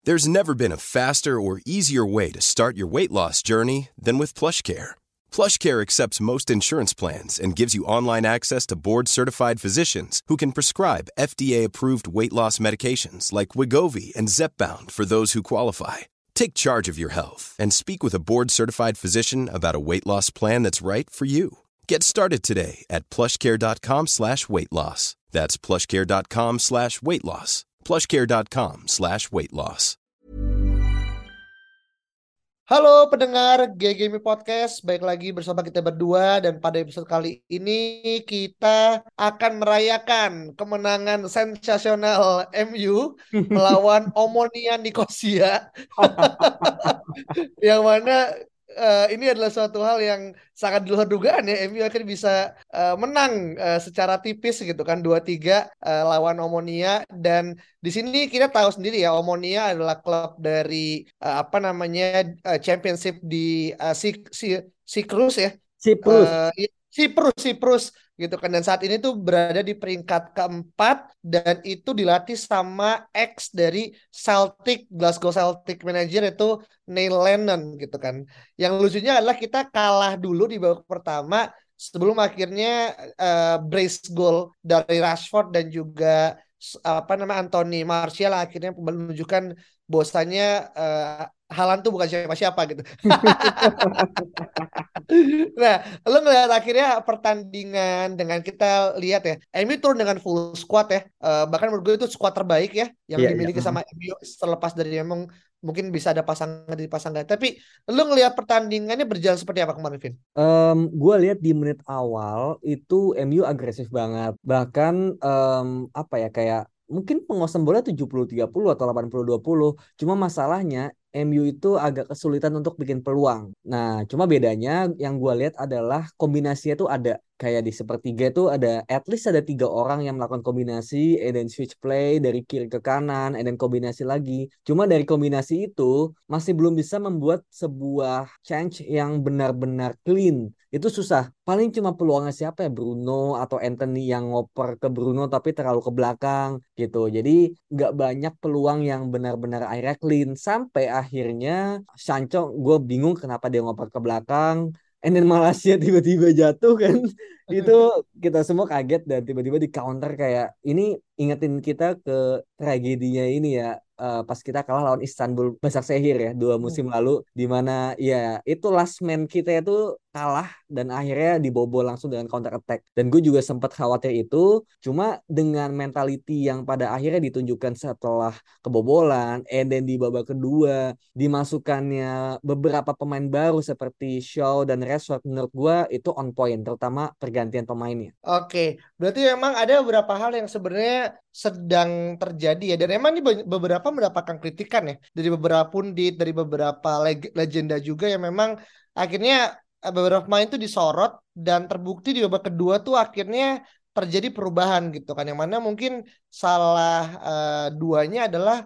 There's never been a faster or easier way to start your weight loss journey than with PlushCare. PlushCare accepts most insurance plans and gives you online access to board-certified physicians who can prescribe FDA-approved weight loss medications like Wegovy and Zepbound for those who qualify. Take charge of your health and speak with a board-certified physician about a weight loss plan that's right for you. Get started today at plushcare.com/weightloss. That's plushcare.com/weightloss. plushcare.com/weightloss. Halo pendengar GGMI Podcast, baik lagi bersama kita berdua dan pada episode kali ini kita akan merayakan kemenangan sensasional MU melawan Omonia Nicosia yang mana ini adalah suatu hal yang sangat di luar dugaan ya. MU akhirnya bisa menang secara tipis gitu kan 2-3 lawan Omonia. Dan di sini kita tahu sendiri ya, Omonia adalah klub dari championship di Siprus ya. Siprus gitu kan, dan saat ini tuh berada di peringkat keempat dan itu dilatih sama ex dari Glasgow Celtic manager itu Neil Lennon gitu kan. Yang lucunya adalah kita kalah dulu di babak pertama sebelum akhirnya brace goal dari Rashford dan juga Anthony Martial akhirnya menunjukkan bahwasannya Haaland tuh bukan siapa-siapa gitu. Nah, lo ngeliat akhirnya pertandingan dengan kita lihat ya, MU turun dengan full squad ya. Bahkan menurut gue itu squad terbaik ya yang dimiliki sama MU terlepas dari memang mungkin bisa ada pasang. Tapi lo ngelihat pertandingannya berjalan seperti apa kemarin, Vin? Gue lihat di menit awal itu MU agresif banget. Bahkan kayak mungkin penguasaan bola 70-30 atau 80-20. Cuma masalahnya MU itu agak kesulitan untuk bikin peluang. Nah, cuma bedanya yang gue lihat adalah kombinasinya tuh ada. Kayak di sepertiga itu ada at least ada 3 orang yang melakukan kombinasi, and then switch play dari kiri ke kanan, and then kombinasi lagi. Cuma dari kombinasi itu masih belum bisa membuat sebuah change yang benar-benar clean. Itu susah. Paling cuma peluangnya siapa ya, Bruno atau Anthony yang ngoper ke Bruno tapi terlalu ke belakang gitu. Jadi nggak banyak peluang yang benar-benar akhirnya clean. Sampai akhirnya Sancho, gue bingung kenapa dia ngoper ke belakang. And then Malaysia tiba-tiba jatuh kan. Itu kita semua kaget dan tiba-tiba di counter kayak ini ingetin kita ke tragedinya ini ya. Pas kita kalah lawan Istanbul Başakşehir ya 2 musim lalu, di mana ya itu last man kita itu kalah dan akhirnya dibobol langsung dengan counter attack. Dan gue juga sempat khawatir itu, cuma dengan mentality yang pada akhirnya ditunjukkan setelah kebobolan, and then di babak kedua dimasukkannya beberapa pemain baru seperti Shaw dan Rashford, menurut gue itu on point, terutama pergantian pemainnya. Oke, berarti memang ada beberapa hal yang sebenarnya sedang terjadi ya, dan emang ini beberapa mendapatkan kritikan ya dari beberapa pundit, dari beberapa legenda juga yang memang akhirnya beberapa pemain itu disorot dan terbukti di babak kedua tuh akhirnya terjadi perubahan gitu kan, yang mana mungkin salah duanya adalah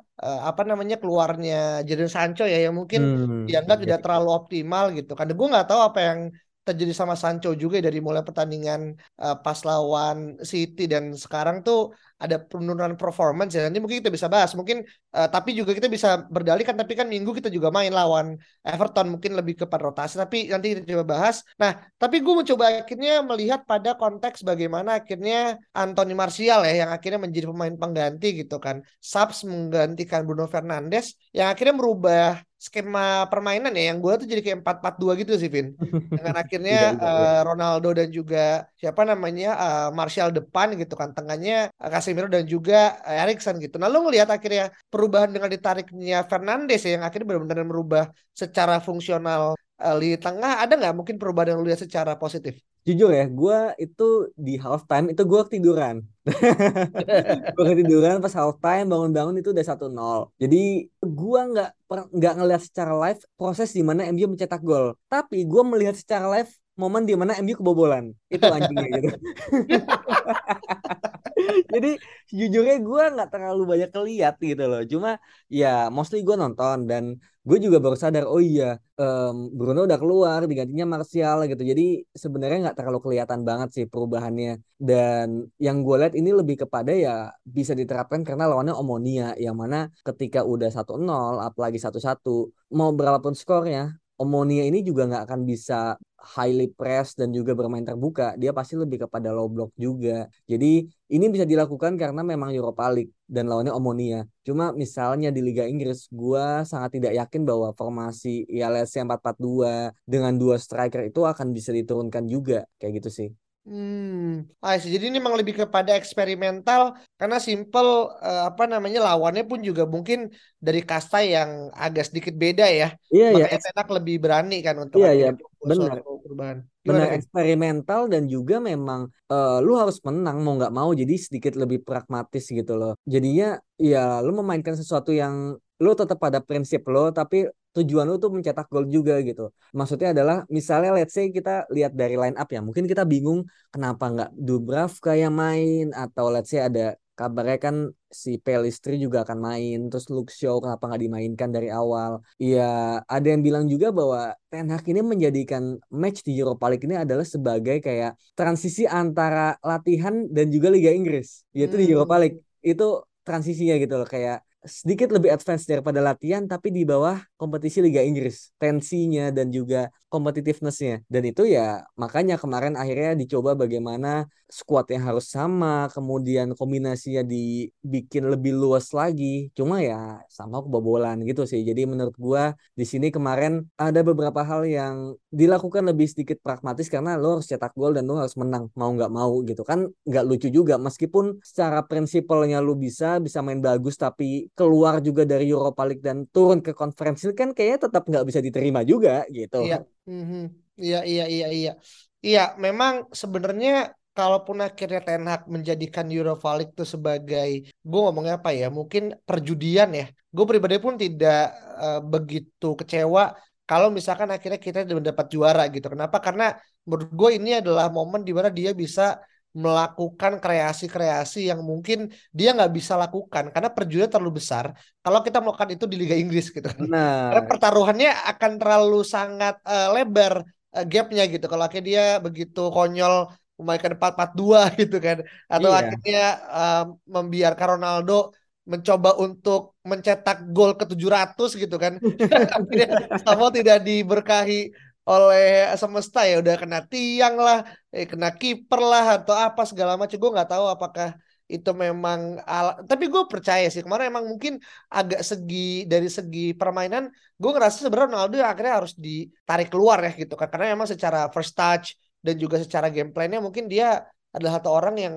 keluarnya Jadon Sancho ya, yang mungkin dianggap tidak terlalu optimal gitu kan. Gue nggak tahu apa yang terjadi sama Sancho juga dari mulai pertandingan pas lawan City dan sekarang tuh ada penurunan performance ya. Nanti mungkin kita bisa bahas mungkin, tapi juga kita bisa berdalih kan, tapi kan minggu kita juga main lawan Everton, mungkin lebih kepada rotasi, tapi nanti kita coba bahas. Nah, tapi gue mencoba akhirnya melihat pada konteks bagaimana akhirnya Anthony Martial ya yang akhirnya menjadi pemain pengganti gitu kan, subs menggantikan Bruno Fernandes yang akhirnya merubah skema permainan ya, yang gue tuh jadi kayak 4-4-2 gitu sih, Vin. Dengan akhirnya Ronaldo dan juga Martial depan gitu kan, tengahnya Casemiro dan juga Eriksen gitu. Nah, lo ngelihat akhirnya perubahan dengan ditariknya Fernandes ya, yang akhirnya benar-benar merubah secara fungsional di tengah. Ada nggak mungkin perubahan yang lo lihat secara positif? Jujur ya, gue itu di halftime itu gue ketiduran. Gue ketiduran pas halftime, bangun-bangun itu udah 1-0. Jadi gue nggak ngelihat secara live proses di mana MU mencetak gol. Tapi gue melihat secara live momen di mana MU kebobolan. Itu anjingnya gitu. Jadi sejujurnya gue nggak terlalu banyak keliat gitu loh. Cuma ya mostly gue nonton dan gue juga baru sadar oh iya Bruno udah keluar digantinya Martial gitu. Jadi sebenarnya nggak terlalu kelihatan banget sih perubahannya. Dan yang gue lihat ini lebih kepada ya bisa diterapkan karena lawannya Omonia yang mana ketika udah 1-0 apalagi 1-1 mau berapapun skornya Omonia ini juga nggak akan bisa highly press dan juga bermain terbuka. Dia pasti lebih kepada low block juga. Jadi ini bisa dilakukan karena memang Europa League dan lawannya Omonia. Cuma misalnya di Liga Inggris, gua sangat tidak yakin bahwa formasi ya let's say 4-4-2 dengan dua striker itu akan bisa diturunkan juga. Kayak gitu sih. Jadi ini memang lebih kepada eksperimental karena simple apa namanya lawannya pun juga mungkin dari kasta yang agak sedikit beda ya. Iya ya, Makanya Tenak lebih berani kan untuk iya ya, akhirnya membuat benar. suatu perubahan. Gimana Benar Vin? eksperimental dan juga memang lu harus menang mau nggak mau jadi sedikit lebih pragmatis gitu loh jadinya ya lu memainkan sesuatu yang lu tetap pada prinsip lo tapi tujuan lu tuh mencetak gol juga gitu maksudnya adalah misalnya let's say kita lihat dari line up ya mungkin kita bingung kenapa nggak Dubravka yang main atau let's say ada kabarnya kan si Pelistri juga akan main terus Luke Shaw kenapa nggak dimainkan dari awal. Iya, ada yang bilang juga bahwa Ten Hag ini menjadikan match di Europa League ini adalah sebagai kayak transisi antara latihan dan juga Liga Inggris. Yaitu di Europa League. Hmm. Itu transisinya gitu loh. Kayak sedikit lebih advance daripada latihan tapi di bawah kompetisi Liga Inggris. Tensinya dan juga competitiveness-nya. Dan itu ya makanya kemarin akhirnya dicoba bagaimana squadnya harus sama, kemudian kombinasinya dibikin lebih luas lagi. Cuma ya sama kebobolan gitu sih. Jadi menurut gua di sini kemarin ada beberapa hal yang dilakukan lebih sedikit pragmatis karena lo harus cetak gol dan lo harus menang mau nggak mau gitu kan nggak lucu juga meskipun secara prinsipalnya lo bisa main bagus tapi keluar juga dari Europa League dan turun ke Conference League kan kayaknya tetap nggak bisa diterima juga gitu. Iya. Mhm. Iya, iya, iya, iya. Iya, memang sebenarnya kalaupun akhirnya Ten Hag menjadikan Europa League itu sebagai, gue ngomongnya apa ya, mungkin perjudian ya. Gue pribadi pun tidak begitu kecewa kalau misalkan akhirnya kita mendapat juara gitu. Kenapa? Karena menurut gue ini adalah momen di mana dia bisa melakukan kreasi-kreasi yang mungkin dia nggak bisa lakukan karena perjudian terlalu besar kalau kita melakukan itu di Liga Inggris gitu kan. Karena Benar. pertaruhannya akan terlalu sangat lebar gapnya gitu. Kalau akhirnya dia begitu konyol memainkan 4-4-2 gitu kan. Atau Iya. akhirnya membiarkan Ronaldo mencoba untuk mencetak gol ke 700 gitu kan. Akhirnya sama tidak diberkahi oleh semesta ya udah kena tiang lah, kena kiper lah atau apa segala macam. Gue nggak tahu apakah itu memang tapi gue percaya sih kemarin emang mungkin agak dari segi permainan gue ngerasa sebenarnya Ronaldo akhirnya harus ditarik keluar ya gitu kan karena memang secara first touch dan juga secara game plan-nya mungkin dia adalah satu orang yang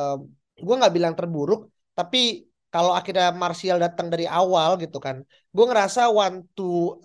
gue nggak bilang terburuk tapi kalau akhirnya Martial datang dari awal gitu kan gue ngerasa one to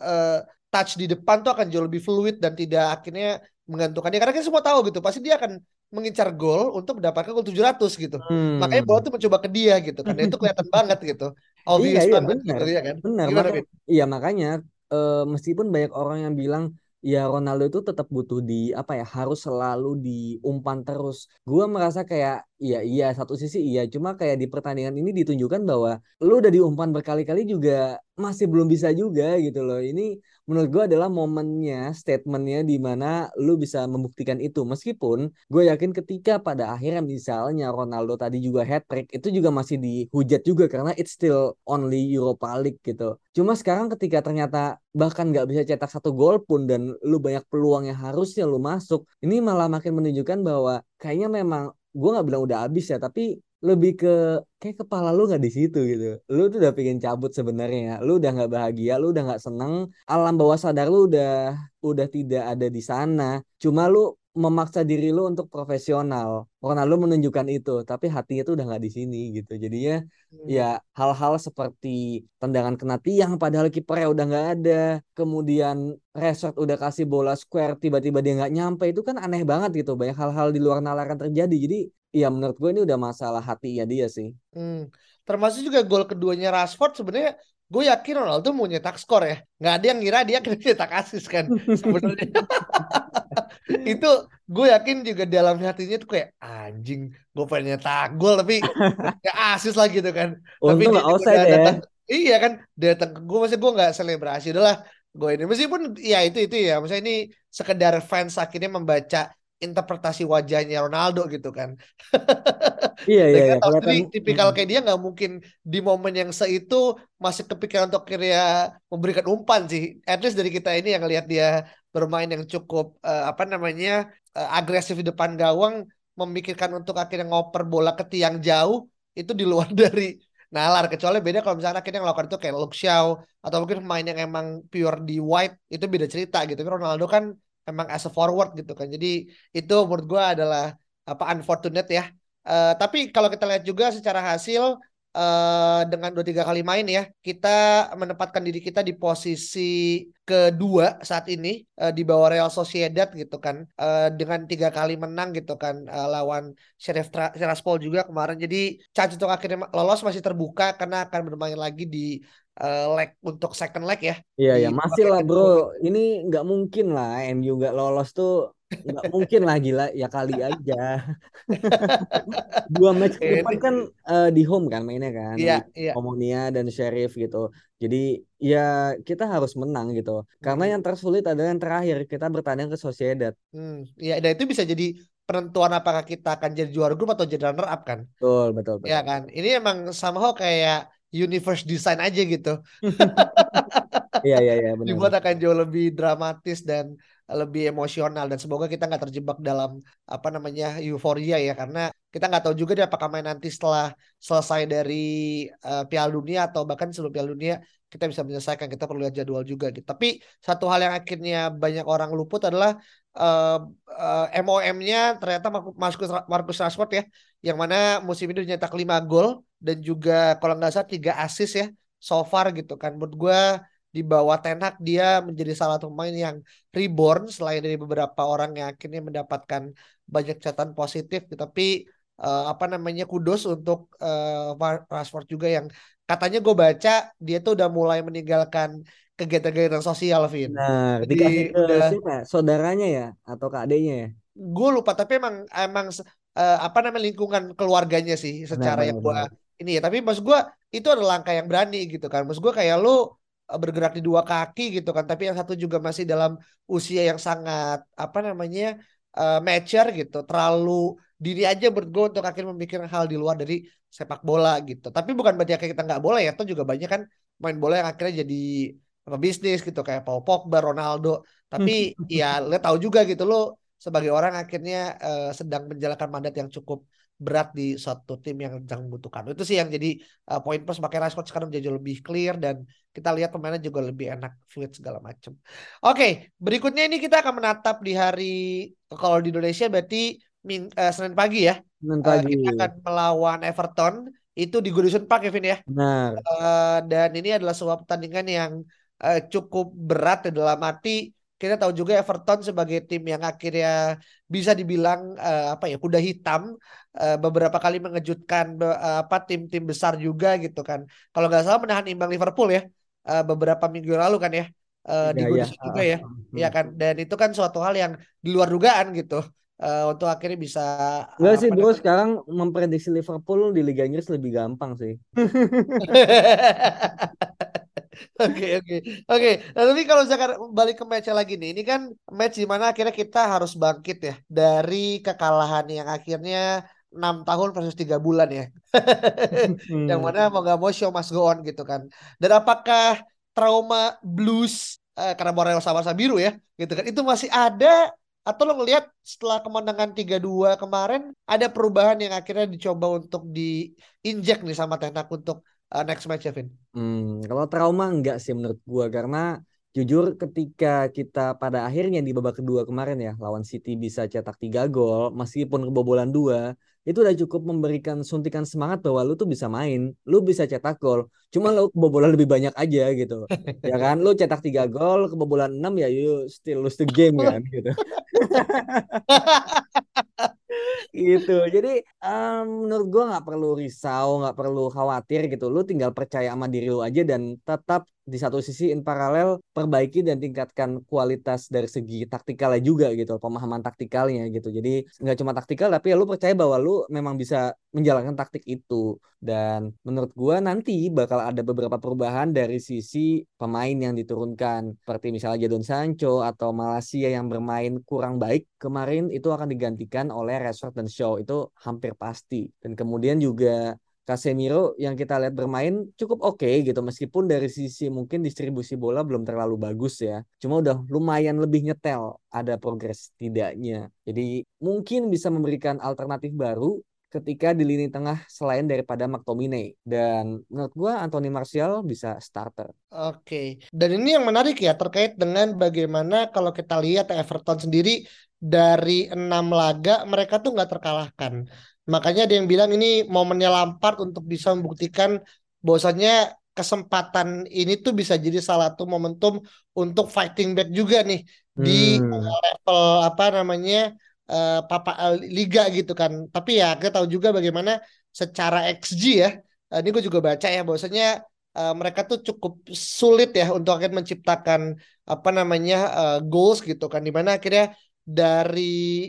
touch di depan tuh akan jauh lebih fluid dan tidak akhirnya menggantungkan dia karena kita semua tahu gitu pasti dia akan mengincar gol untuk mendapatkan gol 700 gitu makanya bola Hmm. tuh mencoba ke dia gitu kan dan itu kelihatan banget gitu Iya, obvious iya banget benar, gitu ya kan benar. gimana Maka, Fit? iya makanya meskipun banyak orang yang bilang ya Ronaldo itu tetap butuh di apa ya harus selalu diumpan terus. Gua merasa kayak iya iya satu sisi iya, cuma kayak di pertandingan ini ditunjukkan bahwa lu udah diumpan berkali-kali juga masih belum bisa juga gitu loh. Ini menurut gua adalah momennya, statementnya di mana lu bisa membuktikan itu. Meskipun gue yakin ketika pada akhirnya misalnya Ronaldo tadi juga hat trick itu juga masih dihujat juga karena it's still only Europa League gitu. Cuma sekarang ketika ternyata bahkan nggak bisa cetak satu gol pun dan lu banyak peluang yang harusnya lu masuk, ini malah makin menunjukkan bahwa kayaknya memang gue nggak bilang udah habis ya, tapi lebih ke kayak kepala lu nggak di situ gitu. Lu tuh udah pengen cabut sebenarnya, ya. Lu udah nggak bahagia, lu udah nggak seneng, alam bawah sadar lu udah tidak ada di sana. Cuma lu memaksa diri lu untuk profesional. Ronaldo menunjukkan itu, tapi hatinya tuh udah nggak di sini gitu. Jadinya ya Hmm. hal-hal seperti tendangan kena tiang padahal kipernya udah nggak ada. Kemudian Rashford udah kasih bola square tiba-tiba dia nggak nyampe itu kan aneh banget gitu. Banyak hal-hal di luar nalar yang terjadi. Jadi ya menurut gue ini udah masalah hatinya dia sih. Hmm. Termasuk juga gol keduanya Rashford sebenarnya gue yakin Ronaldo mau nyetak skor ya nggak ada yang ngira dia kena nyetak asis kan sebenarnya Itu gue yakin juga dalam hatinya tuh kayak anjing, gue pengen nyetak gol tapi ya asis lah gitu kan. Tapi Untung dia nggak juga udah offside ya. datang, iya kan, datang ke gue, maksudnya gue nggak selebrasi, udahlah gue ini meskipun ya itu ya, maksudnya ini sekedar fans akhirnya membaca interpretasi wajahnya Ronaldo gitu kan. Iya Dan iya kita iya tahu kelihatan. sendiri tipikal kayak dia nggak mungkin di momen yang seitu masih kepikiran untuk kira memberikan umpan sih. At least dari kita ini yang lihat dia bermain yang cukup apa namanya agresif di depan gawang, memikirkan untuk akhirnya ngoper bola ke tiang jauh itu di luar dari nalar. Kecuali beda kalau misalnya akhirnya yang melakukan itu kayak Luke Shaw atau mungkin pemain yang emang pure di wide itu beda cerita gitu. Tapi Ronaldo kan emang as a forward gitu kan. Jadi itu menurut gua adalah apa unfortunate ya. Tapi kalau kita lihat juga secara hasil dengan 2-3 kali main ya, kita menempatkan diri kita di posisi kedua saat ini di bawah Real Sociedad gitu kan, dengan 3 kali menang gitu kan lawan Sheriff Tiraspol juga kemarin. Jadi chance untuk akhirnya lolos masih terbuka karena akan bermain lagi di leg untuk second leg ya Iya di ya masih paket lah bro. kedua. Ini nggak mungkin lah MU nggak lolos tuh, nggak mungkin lah gila ya kali aja. Dua match ke depan Ini kan di home kan mainnya kan iya di iya. Omonia dan Sheriff gitu. Jadi ya kita harus menang gitu. Karena Hmm. yang tersulit adalah yang terakhir kita bertanding ke Sociedad. Ya, dan itu bisa jadi penentuan apakah kita akan jadi juara grup atau jadi runner up kan. Betul betul Ya betul. kan. Ini emang somehow kayak universe design aja gitu. Iya iya iya benar. Dibuat akan jauh lebih dramatis dan lebih emosional, dan semoga kita nggak terjebak dalam apa namanya euforia ya, karena kita nggak tahu juga deh apakah main nanti setelah selesai dari Piala Dunia atau bahkan sebelum Piala Dunia kita bisa menyelesaikan, kita perlu lihat jadwal juga gitu. Tapi satu hal yang akhirnya banyak orang luput adalah MOM-nya ternyata Marcus Rashford ya, yang mana musim ini nyetak 5 gol dan juga kalau nggak salah 3 assist ya so far gitu kan. Menurut gue di bawah Ten Hag dia menjadi salah satu pemain yang reborn selain dari beberapa orang yang akhirnya mendapatkan banyak catatan positif, tapi apa namanya kudos untuk Rashford juga yang katanya gue baca dia tuh udah mulai meninggalkan kegiatan-kegiatan sosial, Vin. Nah, Jadi dikasih ke udah, siapa ya? Saudaranya ya atau ke adiknya ya? gue lupa tapi emang emang apa namanya lingkungan keluarganya sih Benar secara yang benar gue benar. ini ya, tapi maksud gue itu adalah langkah yang berani gitu kan. Maksud gue kayak lu bergerak di 2 kaki gitu kan, tapi yang satu juga masih dalam usia yang sangat apa namanya mature gitu, terlalu dini aja menurut gue untuk akhirnya memikirkan hal di luar dari sepak bola gitu. Tapi bukan berarti kayak kita nggak boleh ya, tuh juga banyak kan main bola yang akhirnya jadi apa bisnis gitu kayak Paul Pogba, Ronaldo. Tapi ya lo tahu juga gitu, lo sebagai orang akhirnya sedang menjalankan mandat yang cukup berat di suatu tim yang sedang membutuhkan. Itu sih yang jadi poin plus, makanya Rashford sekarang menjadi lebih clear dan kita lihat pemainnya juga lebih enak, fluid segala macam. Oke, berikutnya ini kita akan menatap di hari, kalau di Indonesia berarti Senin pagi ya. Senin pagi. Kita akan melawan Everton itu di Goodison Park, Kevin ya. Benar. Dan ini adalah sebuah pertandingan yang cukup berat ya, dalam arti kita tahu juga Everton sebagai tim yang akhirnya bisa dibilang apa ya kuda hitam, beberapa kali mengejutkan apa tim-tim besar juga gitu kan. Kalau nggak salah menahan imbang Liverpool ya beberapa minggu lalu kan ya, di Iya ya. Goodison juga ya. Ya Hmm. kan, dan itu kan suatu hal yang di luar dugaan gitu, untuk akhirnya bisa Enggak sih apa bro, namanya. sekarang memprediksi Liverpool di Liga Inggris lebih gampang sih. Oke oke oke. Nah, tapi kalau misalkan balik ke match lagi nih, ini kan match di mana akhirnya kita harus bangkit ya dari kekalahan yang akhirnya 6 tahun versus 3 bulan ya. Yang Hmm. mana mau gak mau show must go on gitu kan. Dan apakah trauma blues karena Borneo sama-sama biru ya gitu kan, itu masih ada, atau lo ngelihat setelah kemenangan 3-2 kemarin ada perubahan yang akhirnya dicoba untuk diinjek nih sama Ten Hag untuk next match ya, Vin? Kalau trauma enggak sih menurut gua karena jujur ketika kita pada akhirnya di babak kedua kemarin ya lawan City bisa cetak 3 gol meskipun kebobolan 2 itu udah cukup memberikan suntikan semangat bahwa lu tuh bisa main, lu bisa cetak gol. Cuma lu kebobolan lebih banyak aja gitu. Ya kan, lu cetak 3 gol, kebobolan 6 ya you still lose the game kan gitu. Gitu. Jadi menurut gue nggak perlu risau, nggak perlu khawatir gitu. Lu tinggal percaya sama diri lu aja dan tetap di satu sisi in paralel perbaiki dan tingkatkan kualitas dari segi taktikalnya juga gitu, pemahaman taktikalnya gitu. Jadi nggak cuma taktikal tapi ya lu percaya bahwa lu memang bisa menjalankan taktik itu. Dan menurut gua nanti bakal ada beberapa perubahan dari sisi pemain yang diturunkan. Seperti misalnya Jadon Sancho atau Malaysia yang bermain kurang baik kemarin itu akan digantikan oleh Rashford dan Shaw. Itu hampir pasti. Dan kemudian juga Casemiro yang kita lihat bermain cukup oke gitu meskipun dari sisi mungkin distribusi bola belum terlalu bagus ya. Cuma udah lumayan lebih nyetel, ada progres tidaknya. Jadi mungkin bisa memberikan alternatif baru ketika di lini tengah selain daripada McTominay. Dan menurut gua Anthony Martial bisa starter. Oke, dan ini yang menarik ya terkait dengan bagaimana kalau kita lihat Everton sendiri dari 6 laga mereka tuh nggak terkalahkan. Makanya ada yang bilang ini momennya Lampard untuk bisa membuktikan bahwasannya kesempatan ini tuh bisa jadi salah satu momentum untuk fighting back juga nih di Hmm. level apa namanya liga gitu kan. Tapi ya kita tahu juga bagaimana secara XG ya. Ini gue juga baca ya bahwasanya mereka tuh cukup sulit ya untuk akhirnya menciptakan apa namanya goals gitu kan dimana akhirnya dari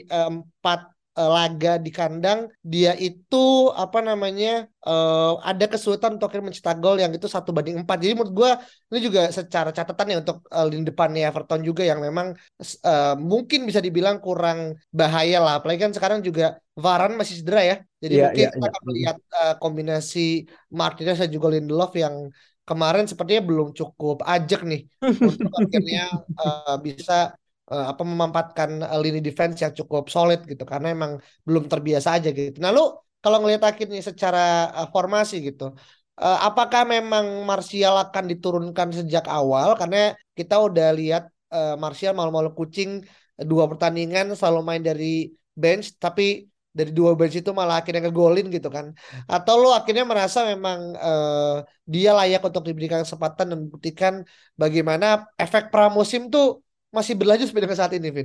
4 laga di kandang dia itu apa namanya ada kesulitan untuk akhirnya mencetak gol yang itu 1-4. Jadi menurut gue ini juga secara catatan ya untuk lini depannya Everton juga yang memang mungkin bisa dibilang kurang bahaya lah apalagi kan sekarang juga Varane masih cedera ya. Jadi Iya, mungkin iya, kita iya. akan melihat kombinasi Martinez dan juga Lindelof yang kemarin sepertinya belum cukup ajak nih untuk akhirnya bisa apa memampatkan lini defense yang cukup solid gitu karena emang belum terbiasa aja gitu. Nah, lu kalau ngelihat akhirnya secara formasi gitu, apakah memang Martial akan diturunkan sejak awal karena kita udah lihat Martial malu-malu kucing 2 pertandingan selalu main dari bench tapi dari 2 bench itu malah akhirnya ngegolin gitu kan. Atau lo akhirnya merasa memang dia layak untuk diberikan kesempatan dan buktikan bagaimana efek pramusim tuh masih berlanjut sampai dengan saat ini, Vin.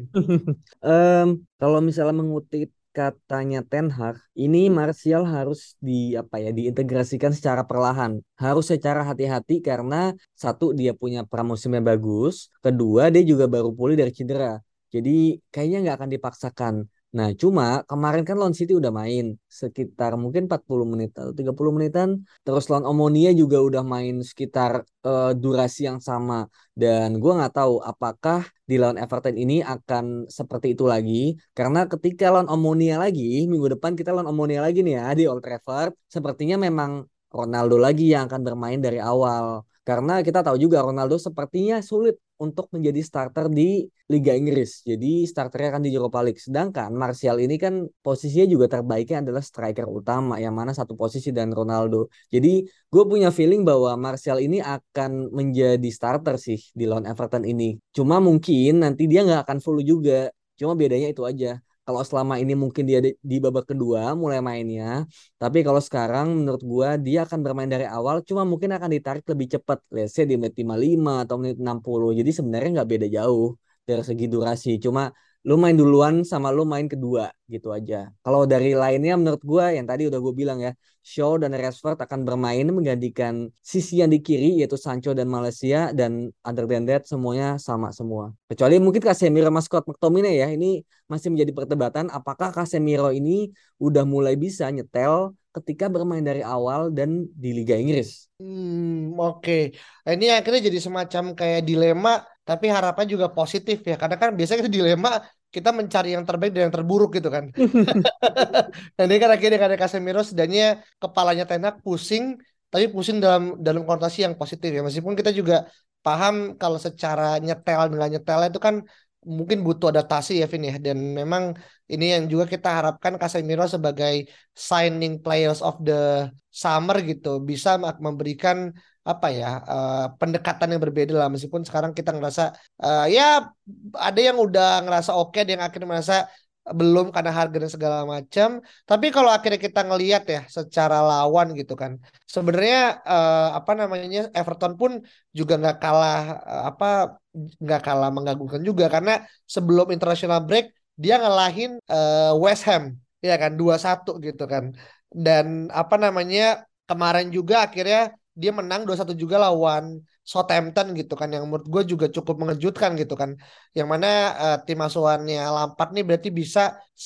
Kalau misalnya mengutip katanya Ten Hag, ini Martial harus apa ya diintegrasikan secara perlahan, harus secara hati-hati karena satu dia punya pramusim yang bagus, kedua dia juga baru pulih dari cedera, jadi kayaknya nggak akan dipaksakan. Nah, cuma kemarin kan lawan City udah main sekitar mungkin 40 menit atau 30 menitan, terus lawan Omonia juga udah main sekitar durasi yang sama. Dan gue nggak tahu apakah di lawan Everton ini akan seperti itu lagi. Karena ketika lawan Omonia lagi, minggu depan kita lawan Omonia lagi nih ya di Old Trafford. Sepertinya memang Ronaldo lagi yang akan bermain dari awal. Karena kita tahu juga Ronaldo sepertinya sulit untuk menjadi starter di Liga Inggris. Jadi starternya akan di Europa League. Sedangkan Martial ini kan posisinya juga terbaiknya adalah striker utama. Yang mana satu posisi dan Ronaldo. Jadi gue punya feeling bahwa Martial ini akan menjadi starter sih di lawan Everton ini. Cuma mungkin nanti dia nggak akan full juga. Cuma bedanya itu aja. Kalau selama ini mungkin dia di babak kedua mulai mainnya, tapi kalau sekarang menurut gua dia akan bermain dari awal, cuma mungkin akan ditarik lebih cepat. Let's say di menit 55 atau menit 60. Jadi sebenarnya nggak beda jauh dari segi durasi. Cuma lu main duluan sama lu main kedua gitu aja. Kalau dari lainnya menurut gua yang tadi udah gue bilang ya, Shaw dan Rashford akan bermain menggantikan sisi yang di kiri yaitu Sancho dan Malaysia dan other than that semuanya sama semua. Kecuali mungkin Casemiro sama Scott McTominay ya. Ini masih menjadi perdebatan apakah Casemiro ini udah mulai bisa nyetel ketika bermain dari awal dan di Liga Inggris. Oke. Nah, ini akhirnya jadi semacam kayak dilema, tapi harapan juga positif ya. Karena kan biasanya kita dilema, kita mencari yang terbaik dan yang terburuk gitu kan. Dan ini kan akhirnya ada Casemiro sedangnya kepalanya Ten Hag pusing, tapi pusing dalam dalam konotasi yang positif ya. Meskipun kita juga paham kalau secara nyetel dengan nyetel itu kan mungkin butuh adaptasi ya Vin ya. Dan memang ini yang juga kita harapkan Casemiro sebagai signing players of the summer gitu bisa memberikan apa ya pendekatan yang berbeda lah meskipun sekarang kita ngerasa ya ada yang udah ngerasa oke, ada yang akhirnya merasa belum karena harga dan segala macam. Tapi kalau akhirnya kita ngelihat ya secara lawan gitu kan, sebenarnya apa namanya Everton pun juga nggak kalah apa nggak kalah mengagumkan juga karena sebelum international break dia ngalahin West Ham ya kan 2-1 gitu kan. Dan apa namanya kemarin juga akhirnya dia menang 2-1 juga lawan Southampton gitu kan yang menurut gue juga cukup mengejutkan gitu kan. Yang mana tim asuhannya Lampard nih berarti bisa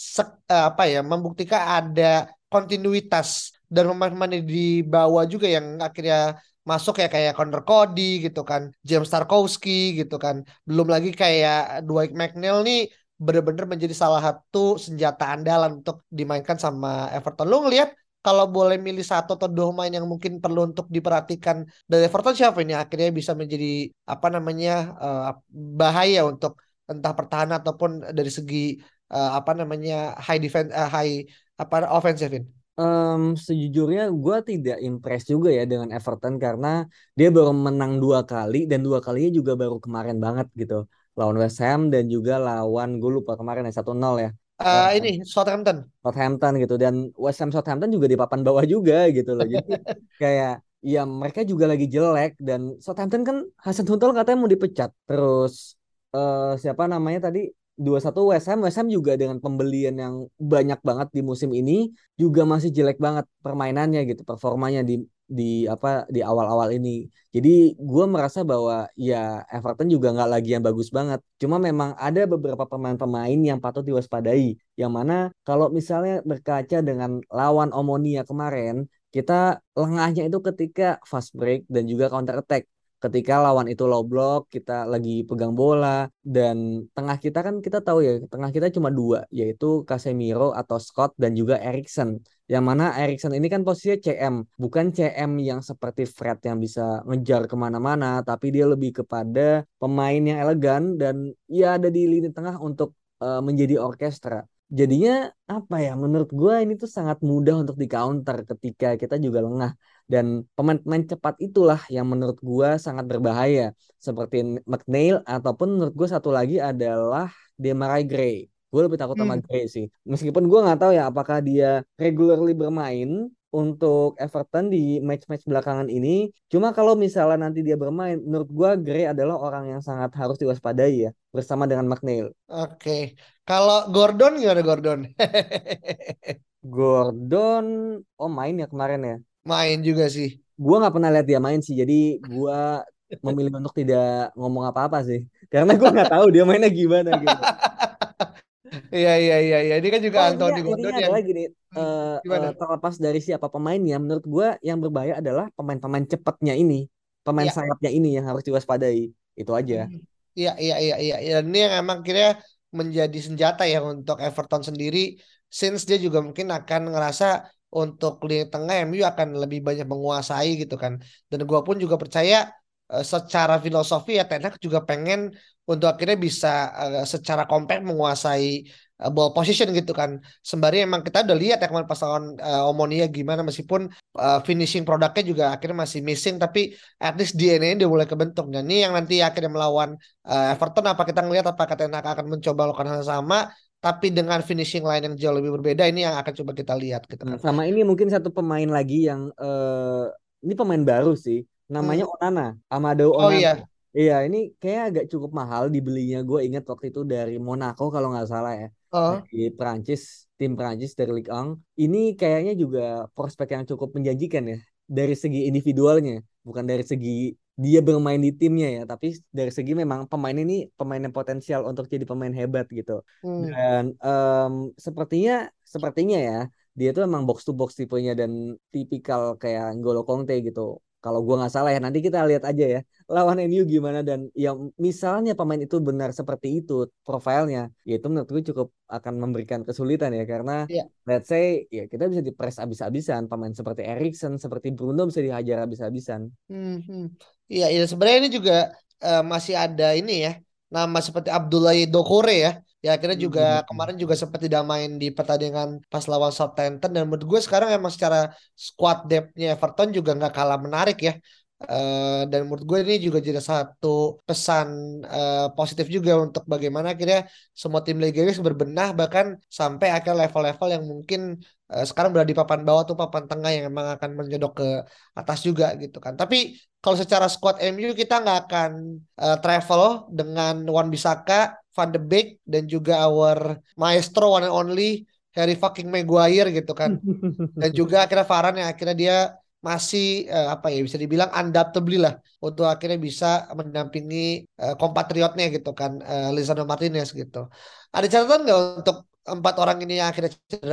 apa ya membuktikan ada kontinuitas dan pemain-pemain di bawah juga yang akhirnya masuk ya kayak Connor Cody gitu kan, James Tarkowski gitu kan. Belum lagi kayak Dwight McNeil nih benar-benar menjadi salah satu senjata andalan untuk dimainkan sama Everton. Lu ngelihat kalau boleh milih satu atau dua pemain yang mungkin perlu untuk diperhatikan dari Everton siapa ini akhirnya bisa menjadi apa namanya bahaya untuk entah pertahanan ataupun dari segi apa namanya high defense high apa offensive. Sejujurnya gue tidak impress juga ya dengan Everton karena dia baru menang 2 kali dan 2 kalinya juga baru kemarin banget gitu lawan West Ham dan juga lawan gue lupa kemarin ya 1-0 ya. Eh, Ini Southampton. Southampton gitu dan West Ham Southampton juga di papan bawah juga gitu loh. Jadi kayak ya mereka juga lagi jelek dan Southampton kan Hasan Huntelaar katanya mau dipecat. Terus siapa namanya tadi 2-1 West Ham juga dengan pembelian yang banyak banget di musim ini juga masih jelek banget permainannya gitu, performanya di awal-awal ini. Jadi gue merasa bahwa ya Everton juga nggak lagi yang bagus banget. Cuma memang ada beberapa pemain-pemain yang patut diwaspadai. Yang mana kalau misalnya berkaca dengan lawan Omonia kemarin, kita lengahnya itu ketika fast break dan juga counter attack. Ketika lawan itu low block, kita lagi pegang bola dan tengah kita kan kita tahu ya, tengah kita cuma dua, yaitu Casemiro atau Scott dan juga Eriksen. Yang mana Eriksen ini kan posisinya CM, bukan CM yang seperti Fred yang bisa ngejar kemana-mana, tapi dia lebih kepada pemain yang elegan dan ya ada di lini tengah untuk menjadi orkestra. Jadinya apa ya? Menurut gue ini tuh sangat mudah untuk di counter ketika kita juga lengah dan pemain-pemain cepat itulah yang menurut gue sangat berbahaya seperti McNeil ataupun menurut gue satu lagi adalah Demarai Gray. Gue lebih takut sama Hmm. Gray sih. Meskipun gue nggak tahu ya apakah dia regularly bermain untuk Everton di match-match belakangan ini. Cuma kalau misalnya nanti dia bermain, menurut gue Gray adalah orang yang sangat harus diwaspadai ya bersama dengan McNeil. Oke. Kalau Gordon gimana Gordon? Gordon, oh main ya kemarin ya. Main juga sih. Gua nggak pernah lihat dia main sih, jadi gua memilih untuk tidak ngomong apa-apa sih, karena gua nggak tahu dia mainnya gimana gitu. Iya iya iya iya. Ini kan juga Oh Anthony intinya Gordon yang adalah gini, hmm, gimana? terlepas dari siapa pemainnya, menurut gua yang berbahaya adalah pemain-pemain cepatnya ini, pemain Iya. sayapnya ini yang harus diwaspadai. Itu aja. Hmm. Iya iya iya iya. Dan ini yang emang kira menjadi senjata ya untuk Everton sendiri. Since dia juga mungkin akan ngerasa untuk lini tengah MU akan lebih banyak menguasai gitu kan. Dan gua pun juga percaya secara filosofi ya Ten Hag juga pengen untuk akhirnya bisa secara compact menguasai ball position gitu kan. Sembari emang kita udah lihat ya kemarin pas lawan Omonia gimana meskipun finishing produknya juga akhirnya masih missing tapi at least DNA dia mulai kebentuk. Dan ini yang nanti akhirnya melawan Everton apa kita ngelihat apakah Ten Hag akan mencoba melakukan hal yang sama tapi dengan finishing line yang jauh lebih berbeda ini yang akan coba kita lihat gitu kan. Sama ini mungkin satu pemain lagi yang ini pemain baru sih, namanya Hmm. Onana, Amadou Oh Onana. iya. Iya, ini kayak agak cukup mahal dibelinya. Gue ingat waktu itu dari Monaco kalau nggak salah ya, Oh. dari Perancis, tim Perancis dari Ligue 1. Ini kayaknya juga prospek yang cukup menjanjikan ya, dari segi individualnya, bukan dari segi dia bermain di timnya ya, tapi dari segi memang pemain ini pemain yang potensial untuk jadi pemain hebat gitu. Hmm. Dan sepertinya sepertinya ya dia tuh emang box to box tipenya dan tipikal kayak N'Golo Conte gitu. Kalau gua nggak salah ya nanti kita lihat aja ya lawan MU gimana dan yang misalnya pemain itu benar seperti itu profilnya, ya itu menurut gue cukup akan memberikan kesulitan ya karena Iya. let's say ya kita bisa dipres abis-abisan pemain seperti Erikson, seperti Bruno bisa dihajar abis-abisan. Hmm, hmm. Iya, iya sebenarnya ini juga masih ada ini ya nama seperti Abdullah Dokore ya. Ya akhirnya juga Hmm. kemarin juga sempat tidak main di pertandingan pas lawan Southampton dan menurut gue sekarang emang secara squad depth-nya Everton juga nggak kalah menarik ya. Dan menurut gue ini juga jadi satu pesan positif juga untuk bagaimana akhirnya semua tim Liga Inggris berbenah bahkan sampai akhir level-level yang mungkin sekarang berada di papan bawah tuh papan tengah yang emang akan menjodok ke atas juga gitu kan. Tapi kalau secara squad MU kita nggak akan travel dengan Wan Bissaka, Van de Beek dan juga our maestro one and only Harry fucking Maguire gitu kan. Dan juga akhirnya Varane yang akhirnya dia masih apa ya bisa dibilang undoubtedly lah untuk akhirnya bisa mendampingi kompatriotnya gitu kan, Lisandro Martinez gitu. Ada catatan nggak untuk empat orang ini yang akhirnya cedera?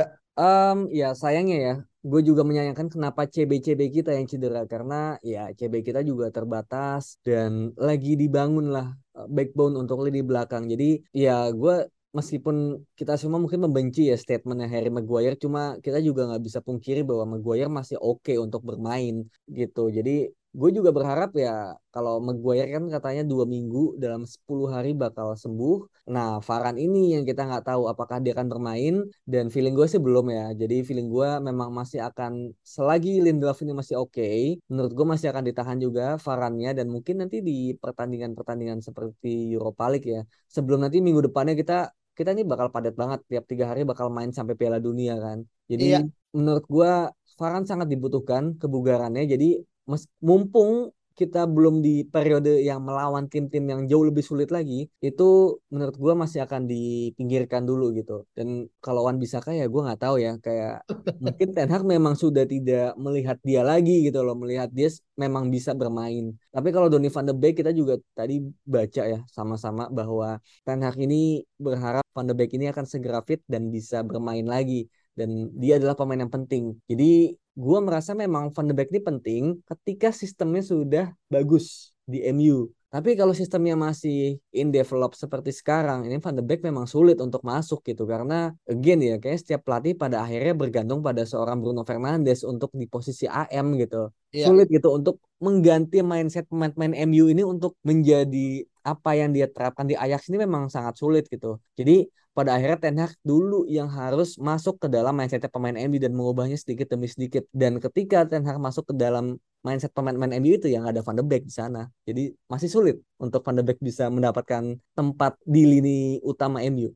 Ya sayangnya ya, gue juga menyayangkan kenapa CB-CB kita yang cedera karena ya CB kita juga terbatas dan lagi dibangun lah backbone untuk lini belakang. Jadi ya gue meskipun kita semua mungkin membenci ya statementnya Harry Maguire, cuma kita juga nggak bisa pungkiri bahwa Maguire masih oke untuk bermain gitu. Jadi gue juga berharap ya kalau Maguire kan katanya 2 minggu dalam 10 hari bakal sembuh. Nah, Varane ini yang kita nggak tahu apakah dia akan bermain dan feeling gue sih belum ya. Jadi feeling gue memang masih akan selagi Lindelof ini masih oke, menurut gue masih akan ditahan juga Varane-nya dan mungkin nanti di pertandingan-pertandingan seperti Europa League ya. Sebelum nanti minggu depannya kita kita ini bakal padat banget tiap 3 hari bakal main sampai Piala Dunia kan. Jadi Iya, menurut gue Varane sangat dibutuhkan kebugarannya. Jadi mumpung kita belum di periode yang melawan tim-tim yang jauh lebih sulit lagi, itu menurut gue masih akan dipinggirkan dulu gitu. Dan kalau Wan Bisaka ya gue nggak tahu ya, kayak mungkin Ten Hag memang sudah tidak melihat dia lagi gitu loh, melihat dia memang bisa bermain. Tapi kalau Donny van de Beek kita juga tadi baca ya sama-sama bahwa Ten Hag ini berharap Van de Beek ini akan segera fit dan bisa bermain lagi. Dan dia adalah pemain yang penting. Jadi gue merasa memang Van de Beek ini penting ketika sistemnya sudah bagus di MU. Tapi kalau sistemnya masih in develop seperti sekarang, ini Van de Beek memang sulit untuk masuk gitu. Karena again ya, kayak setiap pelatih pada akhirnya bergantung pada seorang Bruno Fernandes untuk di posisi AM gitu. iya. Sulit gitu untuk mengganti mindset pemain-pemain MU ini untuk menjadi apa yang dia terapkan di Ajax ini memang sangat sulit gitu. Jadi pada akhirnya Ten Hag dulu yang harus masuk ke dalam mindset pemain MU dan mengubahnya sedikit demi sedikit. Dan ketika Ten Hag masuk ke dalam mindset pemain-pemain MU itu yang ada Van de Beek di sana. Jadi masih sulit untuk Van de Beek bisa mendapatkan tempat di lini utama MU.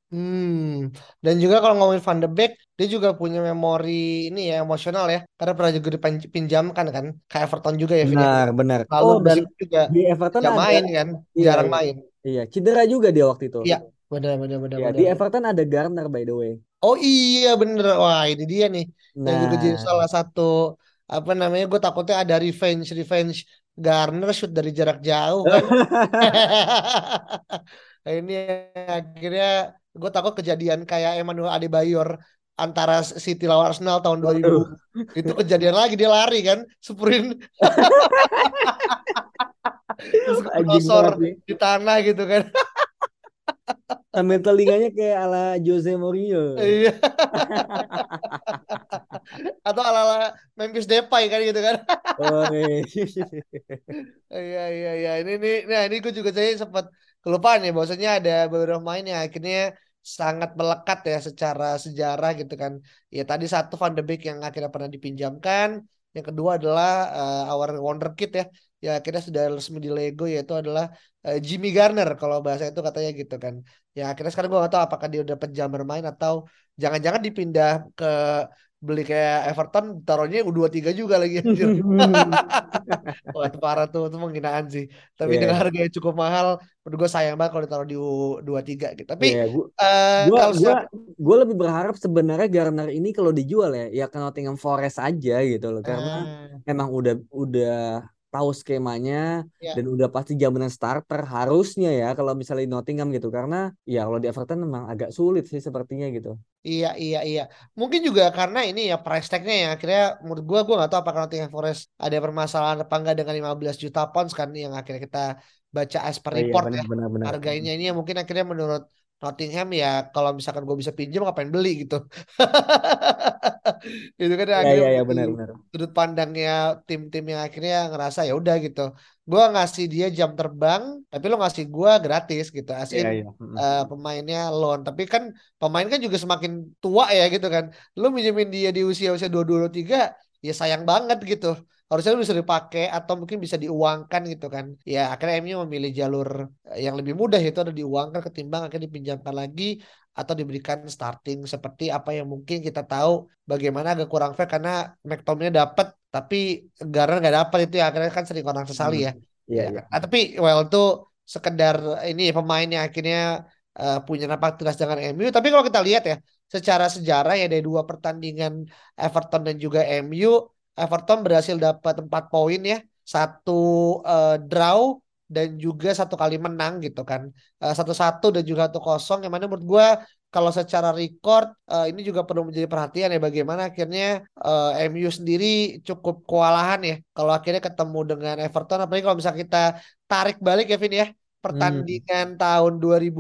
Dan juga kalau ngomongin Van de Beek, dia juga punya memori ini ya emosional ya, karena pernah juga dipinjamkan kan, kayak Everton juga ya, Vin ya. Benar, benar. Lalu Oh, dan musim itu juga di Everton tidak ada main kan, iya jarang iya. main. Iya, cedera juga dia waktu itu. Iya, benar benar benar Ya, di benar. Everton ada Garner by the way. Oh iya bener, wah ini dia nih yang juga jadi Nah, salah satu apa namanya, gue takutnya ada revenge revenge Garner shoot dari jarak jauh kan. Nah, ini akhirnya gue takut kejadian kayak Emmanuel Adebayor antara City lawan Arsenal tahun 2000 waduh, itu kejadian lagi, dia lari kan sprint terus anjing keselosor banget nih. di tanah gitu kan. Sambil telinganya kayak ala Jose Mourinho. Iya, atau ala-ala Memphis Depay kan gitu kan. Oh, iya. Iya iya iya, ini gue juga saya sempat kelupaan ya bahwasanya ada beberapa pemain yang akhirnya sangat melekat ya secara sejarah gitu kan. Ya tadi satu Van de Beek yang akhirnya pernah dipinjamkan, yang kedua adalah our wonderkid ya, yang akhirnya sudah resmi di Lego, yaitu adalah Jimmy Garner kalau bahasa itu katanya gitu kan. Yang akhirnya sekarang gue gak tahu apakah dia udah dapat jam bermain atau jangan-jangan dipindah ke beli kayak Everton taruhnya U23 juga lagi anjir. Wah itu parah tuh, itu penghinaan sih. Tapi Iya, dengan harga yang cukup mahal, menurut gue sayang banget kalau ditaruh di U23 gitu. Tapi iya. Gua, gua, kalau gua, secara gua lebih berharap sebenarnya Garner ini kalau dijual ya ke Nottingham Forest aja gitu loh, karena eh, emang udah tahu skemanya ya dan udah pasti jaminan starter harusnya ya kalau misalnya di Nottingham gitu, karena ya kalau di Everton memang agak sulit sih sepertinya gitu. iya iya iya. Mungkin juga karena ini ya price tag-nya ya akhirnya menurut gue nggak tahu apakah Nottingham Forest ada permasalahan apa enggak dengan 15 juta pounds kan yang akhirnya kita baca as per Oh iya report ya. benar benar benar. Harganya ini ya mungkin akhirnya menurut Nottingham ya kalau misalkan gue bisa pinjam ngapain beli gitu. Itu kan Iya akhirnya iya iya menjadi benar benar. sudut pandangnya tim-tim yang akhirnya ngerasa ya udah gitu. Gua ngasih dia jam terbang, tapi lo ngasih gua gratis gitu. Iya Asin iya. Mm. pemainnya loan. Tapi kan pemain kan juga semakin tua ya gitu kan. Lo minjemin dia di usia-usia 22 23, ya sayang banget gitu. Harusnya bisa dipakai atau mungkin bisa diuangkan gitu kan. Ya akhirnya MU memilih jalur yang lebih mudah, itu ada diuangkan ketimbang akhirnya dipinjamkan lagi atau diberikan starting seperti apa yang mungkin kita tahu bagaimana agak kurang fair karena McTominay dapat tapi Garner nggak dapat, itu ya akhirnya kan sering orang sesali Mm. ya. Iya Ya iya. kan. Tapi well itu sekedar ini pemain yang akhirnya punya napak tilas dengan MU. Tapi kalau kita lihat ya secara sejarah ya dari 2 pertandingan Everton dan juga MU, Everton berhasil dapat 4 poin ya, 1 draw dan juga 1 kali menang gitu kan. 1-1 dan juga 1-0, yang mana menurut gue kalau secara record ini juga perlu menjadi perhatian ya, bagaimana akhirnya MU sendiri cukup kewalahan ya kalau akhirnya ketemu dengan Everton, apalagi kalau misalnya kita tarik balik ya Vin ya, Hmm. pertandingan tahun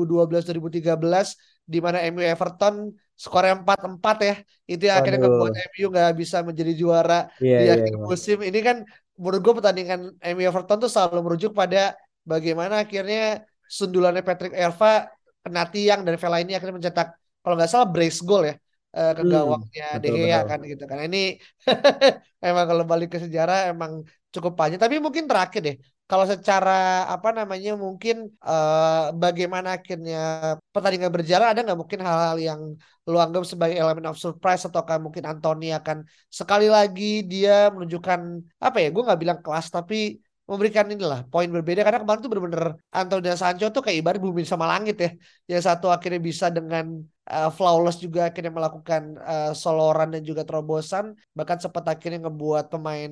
2012-2013 di mana MU Everton skornya 4-4 ya, itu yang akhirnya ngebuat Waduh. MU nggak bisa menjadi juara Iya, di iya, akhir iya. musim ini kan. Menurut gue pertandingan MU Everton tuh selalu merujuk pada bagaimana akhirnya sundulannya Patrick Evra kena tiang dan Vela ini akhirnya mencetak kalau nggak salah brace goal ya, ke gawangnya De Betul, Gea betul. kan gitu kan. Ini emang kalau balik ke sejarah emang cukup panjang. Tapi mungkin terakhir deh, kalau secara apa namanya mungkin bagaimana akhirnya pertandingan berjalan, ada nggak mungkin hal-hal yang lu anggap sebagai elemen of surprise, ataukah mungkin Anthony akan sekali lagi dia menunjukkan apa ya, gue nggak bilang kelas tapi memberikan inilah poin berbeda, karena kemarin tuh bener-bener Anthony dan Sancho tuh kayak ibarat bumi sama langit ya. Yang satu akhirnya bisa dengan flawless juga akhirnya melakukan solo run dan juga terobosan, bahkan sempat akhirnya ngebuat pemain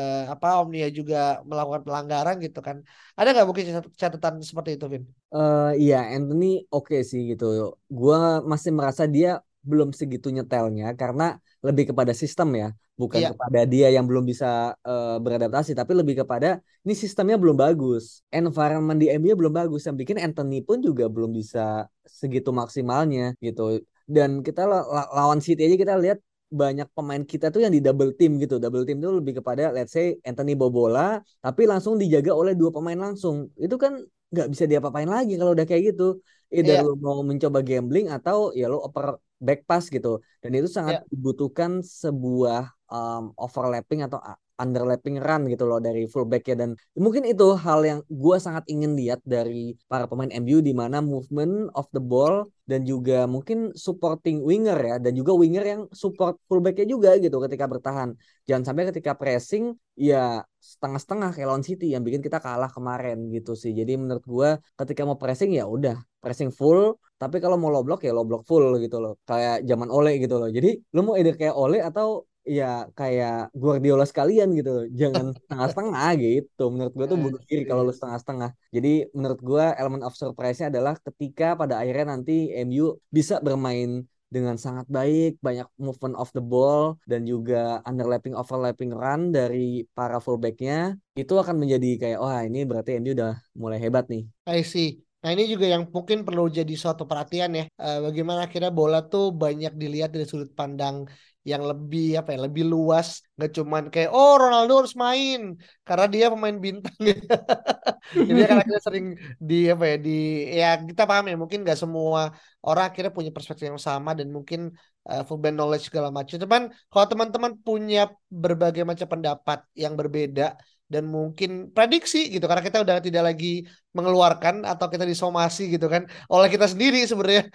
Omnia juga melakukan pelanggaran gitu kan. Ada nggak mungkin catatan seperti itu, Vin? Iya, Anthony oke sih gitu. Gua masih merasa dia belum segitu nyetelnya karena lebih kepada sistem ya, bukan Iya, kepada dia yang belum bisa beradaptasi, tapi lebih kepada ini sistemnya belum bagus, environment di MU belum bagus, yang bikin Anthony pun juga belum bisa segitu maksimalnya gitu. Dan kita lawan City aja kita lihat banyak pemain kita tuh yang di double team gitu. Double team tuh lebih kepada let's say Anthony bobola tapi langsung dijaga oleh 2 pemain langsung. Itu kan nggak bisa diapa-apain lagi kalau udah kayak gitu. Either iya, lu mau mencoba gambling atau ya lu oper back pass gitu. Dan itu sangat iya. dibutuhkan sebuah overlapping atau underlapping run gitu loh dari fullback ya. Dan mungkin itu hal yang gue sangat ingin lihat dari para pemain MU, di mana movement of the ball dan juga mungkin supporting winger ya, dan juga winger yang support fullbacknya juga gitu ketika bertahan. Jangan sampai ketika pressing ya setengah-setengah kayak lawan City yang bikin kita kalah kemarin gitu sih. Jadi menurut gue ketika mau pressing ya udah pressing full, tapi kalau mau low block ya low block full gitu loh. Kayak zaman Ole gitu loh. Jadi lu mau either kayak Ole atau ya kayak Guardiola sekalian gitu loh. Jangan setengah-setengah gitu. Menurut gue tuh bunuh diri kalau lu Asik. setengah-setengah. Jadi menurut gue elemen of surprise-nya adalah ketika pada akhirnya nanti MU bisa bermain dengan sangat baik, banyak movement of the ball, dan juga underlapping, overlapping run dari para fullbacknya, itu akan menjadi kayak, wah ini berarti MU udah mulai hebat nih. I see. Nah ini juga yang mungkin perlu jadi suatu perhatian ya. Bagaimana akhirnya bola tuh banyak dilihat dari sudut pandang yang lebih apa ya, lebih luas. Gak cuman kayak oh Ronaldo harus main karena dia pemain bintang. Jadi kan akhirnya sering di apa ya, di ya kita paham ya, mungkin gak semua orang akhirnya punya perspektif yang sama dan mungkin football knowledge segala macam. Cuman kalau teman-teman punya berbagai macam pendapat yang berbeda dan mungkin prediksi gitu, karena kita udah tidak lagi mengeluarkan atau kita disomasi gitu kan oleh kita sendiri sebenarnya,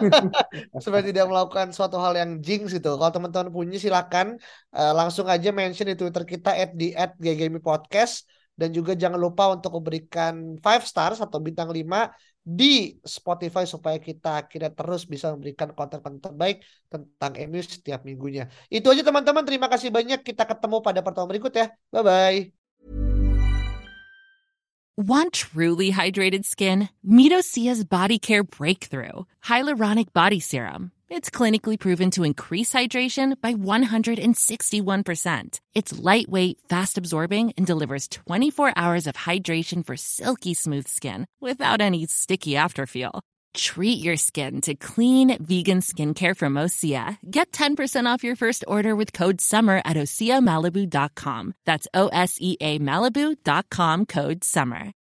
supaya tidak melakukan suatu hal yang jinx gitu. Kalau teman-teman punya silakan langsung aja mention di Twitter kita @GGMI Podcast, dan juga jangan lupa untuk memberikan 5 stars atau bintang 5 di Spotify supaya kita akhirnya terus bisa memberikan konten-konten terbaik tentang MU setiap minggunya. Itu aja teman-teman, terima kasih banyak. Kita ketemu pada pertemuan berikut ya. Bye bye. Want truly hydrated skin? Meet Osea's Body Care Breakthrough Hyaluronic Body Serum. It's clinically proven to increase hydration by 161%. It's lightweight, fast-absorbing, and delivers 24 hours of hydration for silky smooth skin without any sticky afterfeel. Treat your skin to clean, vegan skincare from Osea. Get 10% off your first order with code SUMMER at OseaMalibu.com. That's OSEA Malibu.com, code SUMMER.